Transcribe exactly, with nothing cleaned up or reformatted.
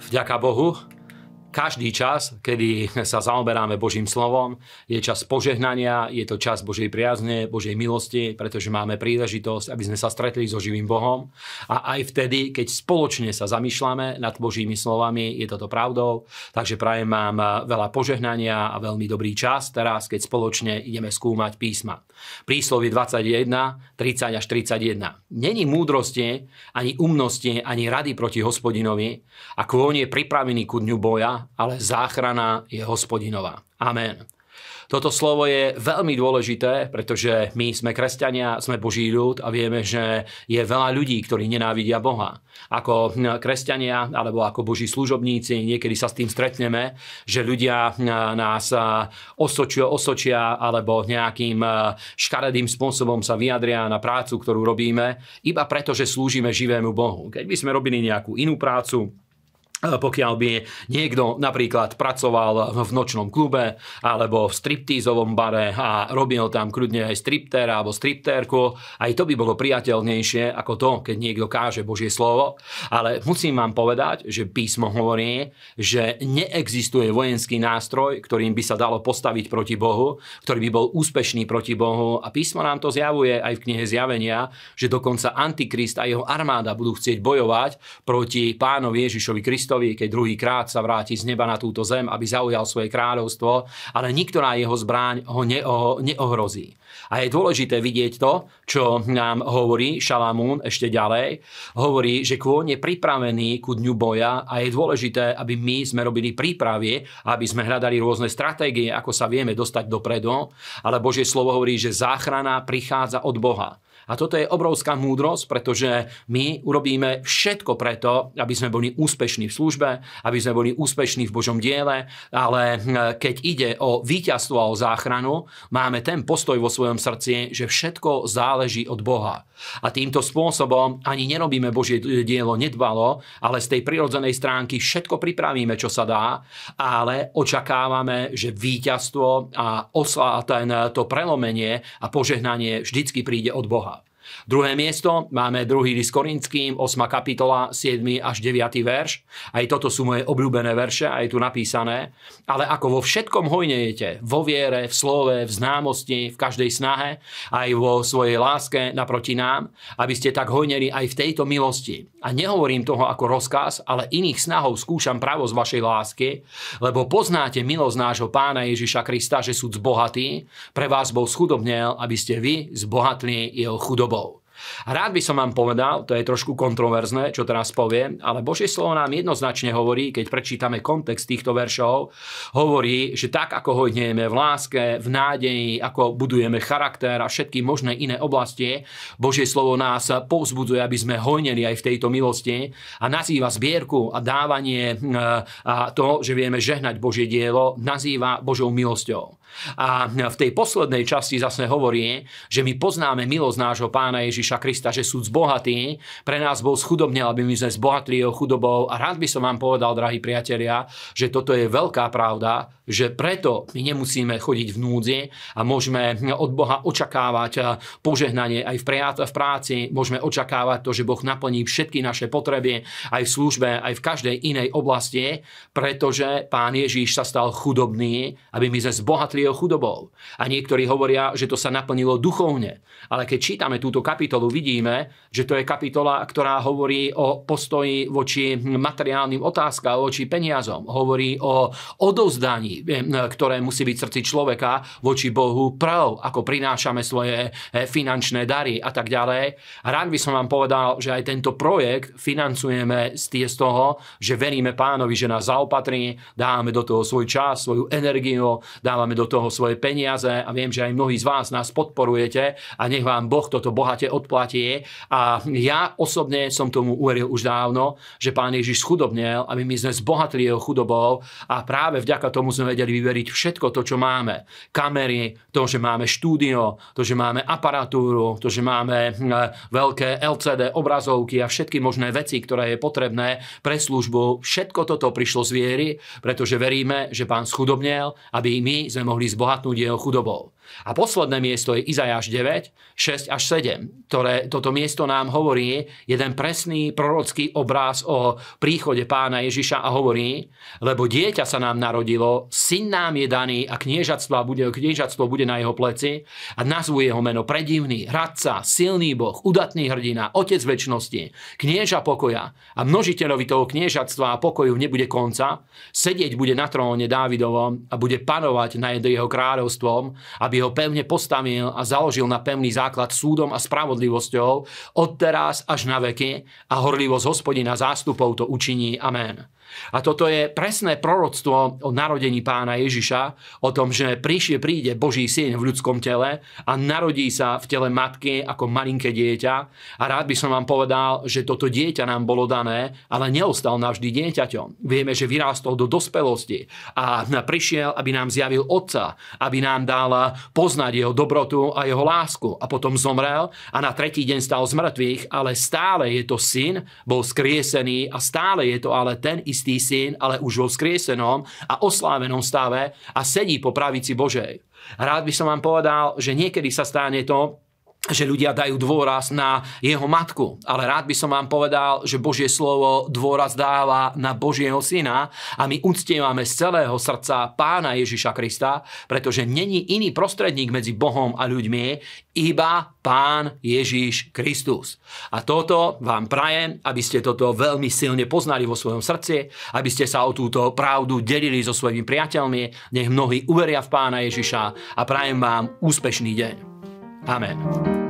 Vďaka Bohu, každý čas, kedy sa zaoberáme Božím slovom, je čas požehnania, je to čas Božej priazne, Božej milosti, pretože máme príležitosť, aby sme sa stretli so živým Bohom. A aj vtedy, keď spoločne sa zamýšľame nad Božími slovami, je toto pravdou. Takže prajem vám veľa požehnania a veľmi dobrý čas teraz, keď spoločne ideme skúmať písma. Príslovie dvadsaťjeden, tridsať až tridsaťjeden. Není múdrosti, ani umnosti, ani rady proti Hospodinovi, a kôň je pripravený ku dňu boja, ale záchrana je Hospodinová. Amen. Toto slovo je veľmi dôležité, pretože my sme kresťania, sme Boží ľud a vieme, že je veľa ľudí, ktorí nenávidia Boha. Ako kresťania alebo ako Boží služobníci niekedy sa s tým stretneme, že ľudia nás osočia, osočia alebo nejakým škaredým spôsobom sa vyjadria na prácu, ktorú robíme, iba preto, že slúžime živému Bohu. Keď by sme robili nejakú inú prácu, pokiaľ by niekto napríklad pracoval v nočnom klube alebo v striptízovom bare a robil tam kľudne aj striptéra alebo striptérku, aj to by bolo priateľnejšie ako to, keď niekto káže Božie slovo. Ale musím vám povedať, že písmo hovorí, že neexistuje vojenský nástroj, ktorým by sa dalo postaviť proti Bohu, ktorý by bol úspešný proti Bohu. A písmo nám to zjavuje aj v knihe Zjavenia, že dokonca Antikrist a jeho armáda budú chcieť bojovať proti Pánovi Ježišovi Kristovi, keď druhýkrát sa vráti z neba na túto zem, aby zaujal svoje kráľovstvo, ale nikto na jeho zbraň ho neo, neohrozí. A je dôležité vidieť to, čo nám hovorí Šalamún ešte ďalej. Hovorí, že kôň je pripravený ku dňu boja a je dôležité, aby my sme robili prípravy, aby sme hľadali rôzne stratégie, ako sa vieme dostať dopredu, ale Božie slovo hovorí, že záchrana prichádza od Boha. A toto je obrovská múdrosť, pretože my urobíme všetko preto, aby sme boli úspešní v službe, aby sme boli úspešní v Božom diele, ale keď ide o víťazstvo a o záchranu, máme ten postoj vo svojom srdci, že všetko záleží od Boha. A týmto spôsobom ani nerobíme Božie dielo nedbalo, ale z tej prirodzenej stránky všetko pripravíme, čo sa dá, ale očakávame, že víťazstvo a osla, ten, to prelomenie a požehnanie vždycky príde od Boha. Druhé miesto máme druhý list Korinským, ôsma kapitola, siedmy až deviaty verš. Aj toto sú moje obľúbené verše, aj tu napísané. Ale ako vo všetkom hojnejete, vo viere, v slove, v známosti, v každej snahe, aj vo svojej láske naproti nám, aby ste tak hojneli aj v tejto milosti. A nehovorím toho ako rozkaz, ale iných snahov skúšam pravosť vašej lásky, lebo poznáte milosť nášho Pána Ježiša Krista, že súd bohatý, pre vás bol schudobnel, aby ste vy zbohatli jeho chudobou. Rád by som vám povedal, to je trošku kontroverzné, čo teraz poviem, ale Božie slovo nám jednoznačne hovorí, keď prečítame kontext týchto veršov, hovorí, že tak ako hojnejeme v láske, v nádeji, ako budujeme charakter a všetky možné iné oblasti, Božie slovo nás povzbudzuje, aby sme hojneli aj v tejto milosti a nazýva zbierku a dávanie a to, že vieme žehnať Božie dielo, nazýva Božou milosťou. A v tej poslednej časti zase hovorí, že my poznáme milosť nášho Pána Ježiša Krista, že súd bohatý, pre nás bol schudobnel, aby my sme zbohatli jeho chudobou. A rád by som vám povedal, drahí priatelia, že toto je veľká pravda, že preto my nemusíme chodiť v núdzi a môžeme od Boha očakávať požehnanie aj v práci, môžeme očakávať to, že Boh naplní všetky naše potreby aj v službe, aj v každej inej oblasti, pretože Pán Ježiš sa stal chudobný, aby my sme zbohatli jeho chudobou. A niektorí hovoria, že to sa naplnilo duchovne. Ale keď čítame túto kapitolu, vidíme, že to je kapitola, ktorá hovorí o postoji voči materiálnym otázkam, voči peniazom. Hovorí o odovzdaní, ktoré musí byť v srdci človeka voči Bohu prv, ako prinášame svoje finančné dary a tak ďalej. A rád by som vám povedal, že aj tento projekt financujeme z toho, že veríme Pánovi, že nás zaopatrí, dávame do toho svoj čas, svoju energiu, dávame do toho svoje peniaze a viem, že aj mnohí z vás nás podporujete a nech vám Boh toto bohate odplatí. A ja osobne som tomu uveril už dávno, že Pán Ježiš schudobnel, aby my sme zbohatli jeho chudobou a práve vďaka tomu sme vedeli vyveriť všetko to, čo máme. Kamery, to, že máme štúdio, to, že máme aparatúru, to, že máme veľké el cé dé obrazovky a všetky možné veci, ktoré je potrebné pre službu. Všetko toto prišlo z viery, pretože veríme, že Pán schudobnel, aby my sme mohli zbohatnúť jeho chudobou. A posledné miesto je Izaiáš deväť, šesť až sedem, ktoré toto miesto nám hovorí jeden presný prorocký obraz o príchode pána Ježiša a hovorí, lebo dieťa sa nám narodilo, syn nám je daný a kniežatstvo bude, kniežatstvo bude na jeho pleci a nazvú jeho meno predivný, radca, silný Boh, udatný hrdina, otec večnosti, knieža pokoja a množiteľovi toho kniežatstva a pokoju nebude konca, sedieť bude na tróne Dávidovom a bude panovať nad jeho kráľovstvom, aby ho pevne postavil a založil na pevný základ súdom a spravodlivosťou od teraz až na veky a horlivosť Hospodina zástupov to učiní. Amen. A toto je presné proroctvo o narodení pána Ježiša, o tom, že príšie príde Boží syn v ľudskom tele a narodí sa v tele matky ako malinké dieťa. A rád by som vám povedal, že toto dieťa nám bolo dané, ale neostal navždy dieťaťom. Vieme, že vyrástol do dospelosti a prišiel, aby nám zjavil Otca, aby nám dal poznať jeho dobrotu a jeho lásku. A potom zomrel a na tretí deň stal z mŕtvych, ale stále je to syn, bol skriesený a stále je to ale ten istý syn, ale už vo vzkriesenom a oslávenom stave a sedí po pravici Božej. Rád by som vám povedal, že niekedy sa stane to, že ľudia dajú dôraz na jeho matku. Ale rád by som vám povedal, že Božie slovo dôraz dáva na Božieho syna a my uctievame z celého srdca pána Ježiša Krista, pretože není iný prostredník medzi Bohom a ľuďmi, iba pán Ježiš Kristus. A toto vám prajem, aby ste toto veľmi silne poznali vo svojom srdci, aby ste sa o túto pravdu delili so svojimi priateľmi, nech mnohí uveria v pána Ježiša a prajem vám úspešný deň. Amen.